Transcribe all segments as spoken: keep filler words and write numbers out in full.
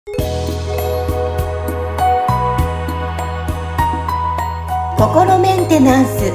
心メンテナンス。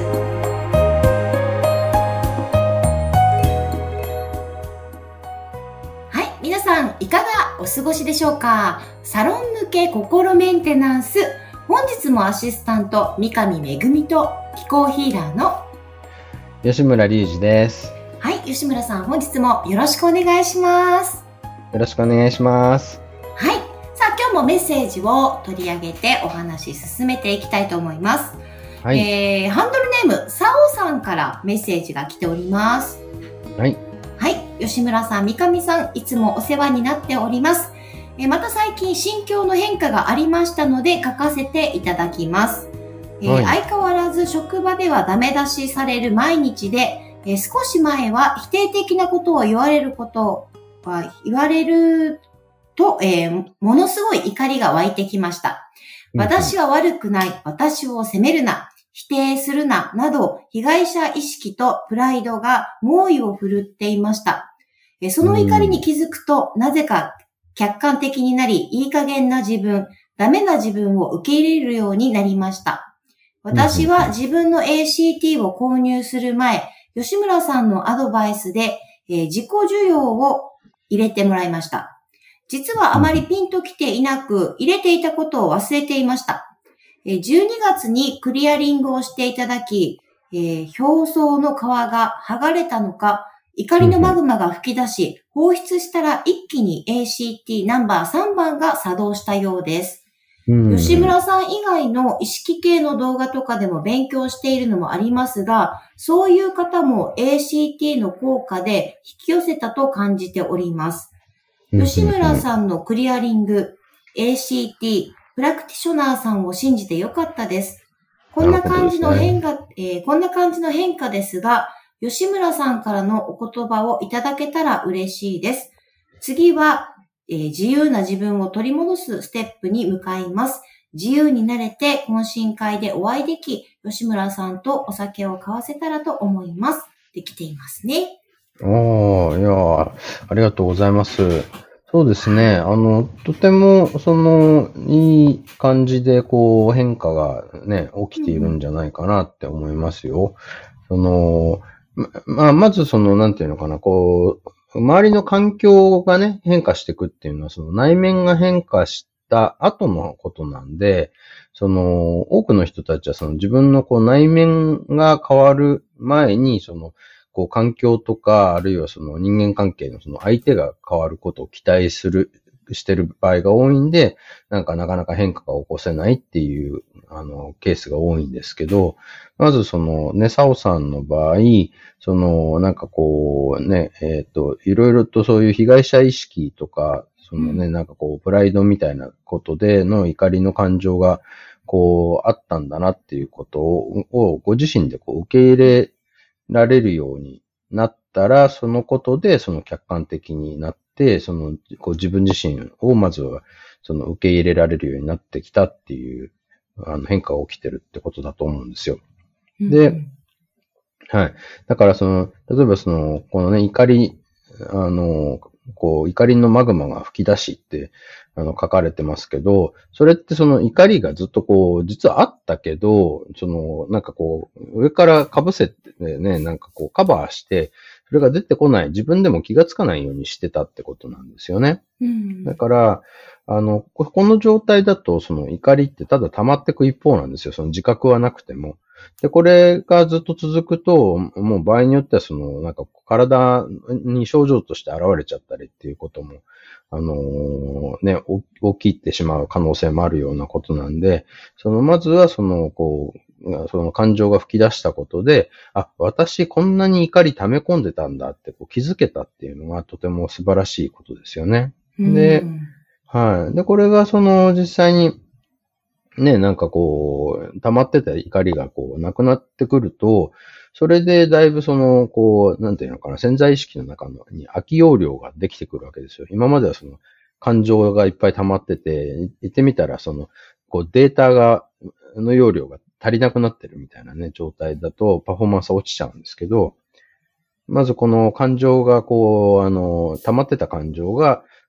はい、皆さんいかがお過ごしでしょうか。サロン向け心メンテナンス、本日もアシスタント三上めぐみと気候ヒーラーの吉村隆二です。 はい、吉村さん、本日もよろしくお願いします。 よろしくお願いします。 はい、さあ今日もメッセージを取り上げてお話進めていきたいと思います。はい、えー、ハンドルネームさおさんからメッセージが来ております。 はい。 はい、吉村さん、三上さん、いつもお世話になっております。えー、また最近心境の変化がありましたので書かせていただきます。えーはい、相変わらず職場ではダメ出しされる毎日で、えー、少し前は否定的なことを言われることは言われると、えー、ものすごい怒りが湧いてきました。私は悪くない、私を責めるな、否定するな、など、被害者意識とプライドが猛威を振るっていました。その怒りに気づくと、なぜか客観的になり、いい加減な自分、ダメな自分を受け入れるようになりました。私は自分の エーシーティー を購入する前、吉村さんのアドバイスで、えー、自己需要を入れてもらいました。実はあまりピンときていなく、入れていたことを忘れていました。じゅうにがつにクリアリングをしていただき、えー、表層の皮が剥がれたのか、怒りのマグマが吹き出し、放出したら一気に エーシーティー ナンバーさんばんが作動したようです。吉村さん以外の意識系の動画とかでも勉強しているのもありますが、そういう方も エーシーティー の効果で引き寄せたと感じております。吉村さんのクリアリング、エーシーティー、プラクティショナーさんを信じてよかったです。こんな感じの変化、ねえー、こんな感じの変化ですが、吉村さんからのお言葉をいただけたら嬉しいです。次は、えー、自由な自分を取り戻すステップに向かいます。自由になれて懇親会でお会いでき、吉村さんとお酒を交わせたらと思います。できていますね。 おー、いや、ありがとうございます。そうですね。あの、とても、その、いい感じで、こう、変化がね、起きているんじゃないかなって思いますよ。うん、その、まあ、まずその、なんていうのかな、こう、周りの環境がね、変化していくっていうのは、その内面が変化した後のことなんで、その、多くの人たちはその自分のこう内面が変わる前に、その、こう環境とか、あるいはその人間関係のその相手が変わることを期待する、してる場合が多いんで、なんかなかなか変化が起こせないっていう、あの、ケースが多いんですけど、まずそのね、サオさんの場合、その、なんかこうね、えっと、いろいろとそういう被害者意識とか、そのね、なんかこう、プライドみたいなことでの怒りの感情が、こう、あったんだなっていうことを、ご自身でこう、受け入れられるようになったら、そのことでその客観的になって、そのこう自分自身をまずはその受け入れられるようになってきたっていうあの変化が起きてるってことだと思うんですよ。で、うん、はい。だからその、例えばその、このね、怒り、あの、こう、怒りのマグマが吹き出しって、あの、書かれてますけど、それってその怒りがずっとこう、実はあったけど、その、なんかこう、上から被せてね、なんかこう、カバーして、それが出てこない、自分でも気がつかないようにしてたってことなんですよね。うん、だから、あの、この状態だと、その怒りってただ溜まっていく一方なんですよ。その自覚はなくても。で、これがずっと続くと、もう場合によってはその、なんか体に症状として現れちゃったりっていうことも、あのー、ね、起きてしまう可能性もあるようなことなんで、その、まずはその、こう、その感情が吹き出したことで、あ、私こんなに怒り溜め込んでたんだってこう気づけたっていうのがとても素晴らしいことですよね。で、はい。で、これがその実際に、ね、なんかこう、溜まってた怒りがこう、なくなってくると、それでだいぶその、こう、なんていうのかな、潜在意識の中のに空き容量ができてくるわけですよ。今まではその、感情がいっぱい溜まってて、言ってみたらその、こう、データが、の容量が足りなくなってるみたいなね、状態だと、パフォーマンスは落ちちゃうんですけど、まずこの感情がこう、あの、溜まってた感情が、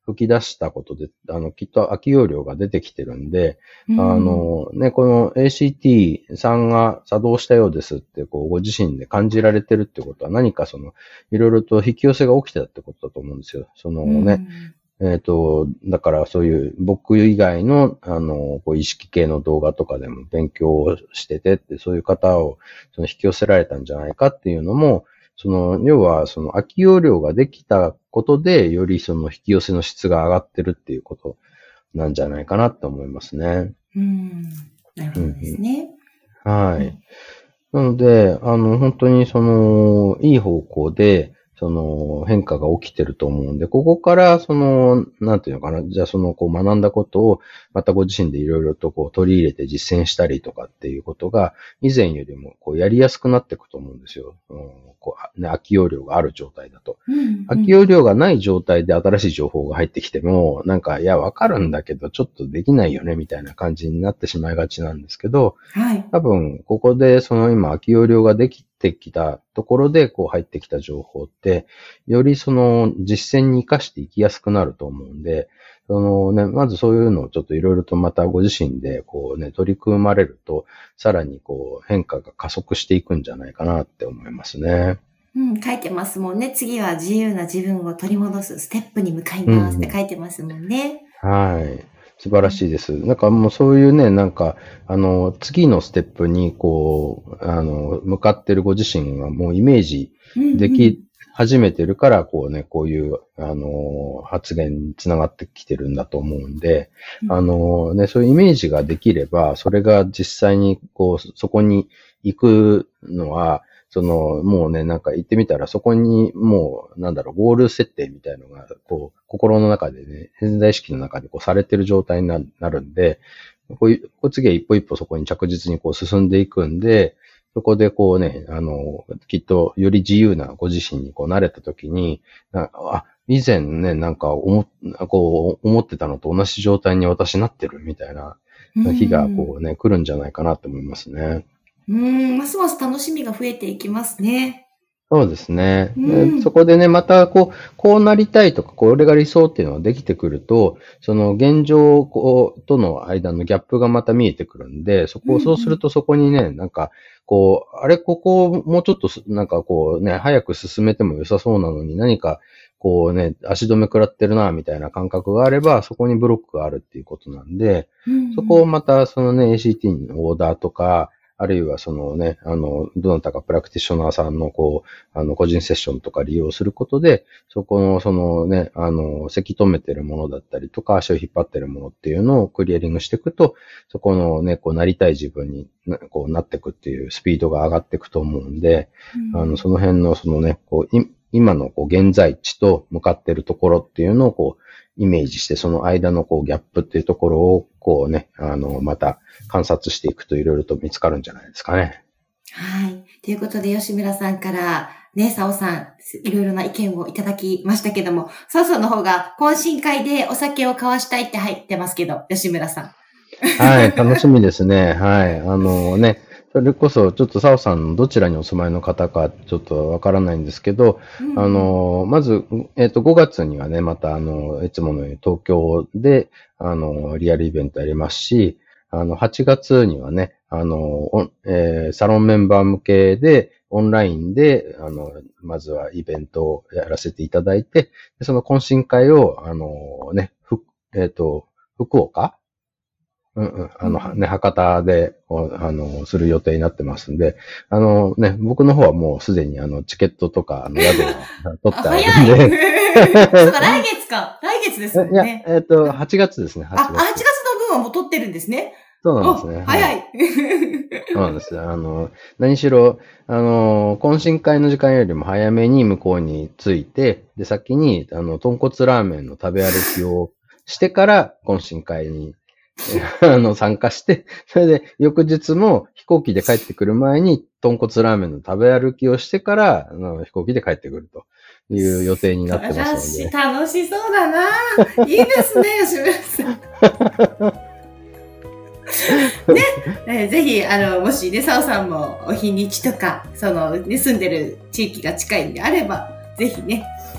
吹き出したことで、あの、きっと空き容量が出てきてるんで、 うん、 あの、ね、この エーシーティー さんが作動したようですって、こう、ご自身で感じられてるってことは何かその、いろいろと引き寄せが起きてたってことだと思うんですよ。そのね、うん、えっと、だからそういう僕以外の、あの、こう意識系の動画とかでも勉強しててって、そういう方をその引き寄せられたんじゃないかっていうのも、その、要は、その空き容量ができたことで、よりその引き寄せの質が上がってるっていうことなんじゃないかなって思いますね。 うん。なるほどですね。 うん、はい。うん、なので、あの、本当にその、いい方向で、その変化が起きてると思うんで、ここからその、なんていうのかな、じゃあそのこう学んだことをまたご自身でいろいろとこう取り入れて実践したりとかっていうことが以前よりもこうやりやすくなっていくと思うんですよ。うん、こうね、空き容量がある状態だと、うんうん。空き容量がない状態で新しい情報が入ってきても、なんか、いや、わかるんだけど、ちょっとできないよね、みたいな感じになってしまいがちなんですけど、はい。多分、ここでその今空き容量ができてきたところでこう入ってきた情報って、よりその実践に活かしていきやすくなると思うんで、そのね、まずそういうのをちょっといろいろとまたご自身でこうね、取り組まれると、さらにこう変化が加速していくんじゃないかなって思いますね。 うん、書いてますもんね。次は自由な自分を取り戻すステップに向かいますって書いてますもんね。 うん、はい。素晴らしいです。うん、なんかもうそういうね、なんか、あの、次のステップにこう、あの、向かってるご自身がもうイメージでき始めてるから、こうね、こういう、あの、発言につながってきてるんだと思うんで、うん、あのね、そういうイメージができれば、それが実際にこう、そこに行くのは、その、もうね、なんか言ってみたら、そこにもう、なんだろう、ゴール設定みたいのが、こう、心の中でね、潜在意識の中でこうされてる状態になるんで、こういう、次は一歩一歩そこに着実にこう進んでいくんで、そこでこうね、あの、きっとより自由なご自身にこう慣れた時に、あ、以前ね、なんか思、こう思ってたのと同じ状態に私なってるみたいな日がこうね、来るんじゃないかなと思いますね。 うーん、ますます楽しみが増えていきますね。 そうですね。でそこでね、またこう、こうなりたいとか、これが理想っていうのができてくると、その現状こうとの間のギャップがまた見えてくるんで、そこを、そうするとそこにね、なんか、こう、あれ、ここをもうちょっと、なんかこうね、早く進めても良さそうなのに、何か、こうね、足止め食らってるな、みたいな感覚があれば、そこにブロックがあるっていうことなんで、うんうん、そこをまた、そのね、エーシーティー のオーダーとか、あるいはそのね、あの、どなたかプラクティショナーさんのこう、あの、個人セッションとか利用することで、そこのそのね、あの、せき止めてるものだったりとか、足を引っ張ってるものっていうのをクリアリングしていくと、そこのね、こうなりたい自分になこうなっていくっていうスピードが上がっていくと思うんで、うん、あの、その辺のそのね、こう、今のこう現在地と向かってるところっていうのをこう、イメージして、その間のこうギャップっていうところをこうね、あの、また観察していくといろいろと見つかるんじゃないですかね。 はい。ということで、吉村さんから、ね、さおさん、いろいろな意見をいただきましたけども、さおさんの方が懇親会でお酒を交わしたいって入ってますけど、吉村さん。 はい、楽しみですね。はい。あのね、それこそ、ちょっとサオさんどちらにお住まいの方かちょっとわからないんですけど、うん、あの、まず、えっと、ごがつにはね、また、あの、いつものように東京で、あの、リアルイベントやりますし、あの、はちがつにはね、あの、えー、サロンメンバー向けで、オンラインで、あの、まずはイベントをやらせていただいて、その懇親会を、あの、ね、ふ、えっと、福岡うんうん。あの、ね、博多で、あの、する予定になってますんで、あのね、僕の方はもうすでにあの、チケットとか、あの、宿を取ってあるんで。 そうか、来月か。来月ですもんね。 いや、えっと、はちがつですね、 はちがつ。あ、はちがつの分はもう取ってるんですね。 そうなんですね。 早い。 そうなんです。あの、何しろ、あの、懇親会の時間よりも早めに向こうに着いて、で、先に、あの、豚骨ラーメンの食べ歩きをしてから、懇親会に、あの、参加して、それで、翌日も飛行機で帰ってくる前に、豚骨ラーメンの食べ歩きをしてから、あの、飛行機で帰ってくるという予定になってますので。 楽しそうだな。いいですね、吉村さん。ね、えー、ぜひ、あの、もしね、さおさんもお日にちとか、その、ね、住んでる地域が近いんであれば、ぜひね、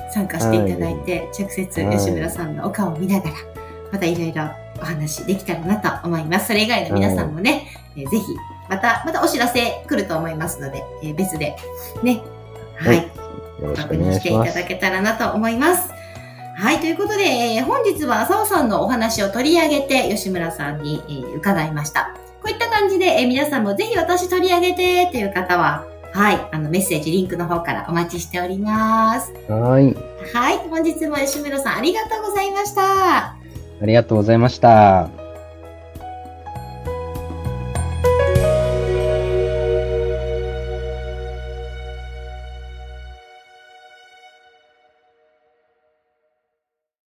参加していただいて、はい、直接吉村さんのお顔を見ながら、またいろいろお話できたらなと思います。それ以外の皆さんもね、はい、えー、ぜひ、また、またお知らせ来ると思いますので、えー、別で、ね、はい、はい、確認していただけたらなと思います。はい、ということで、えー、本日は澤さんのお話を取り上げて、吉村さんに、えー、伺いました。こういった感じで、えー、皆さんもぜひ私取り上げてという方は、はい、あのメッセージ、リンクの方からお待ちしております。 はい。 はい、本日も吉村さんありがとうございました。 ありがとうございました。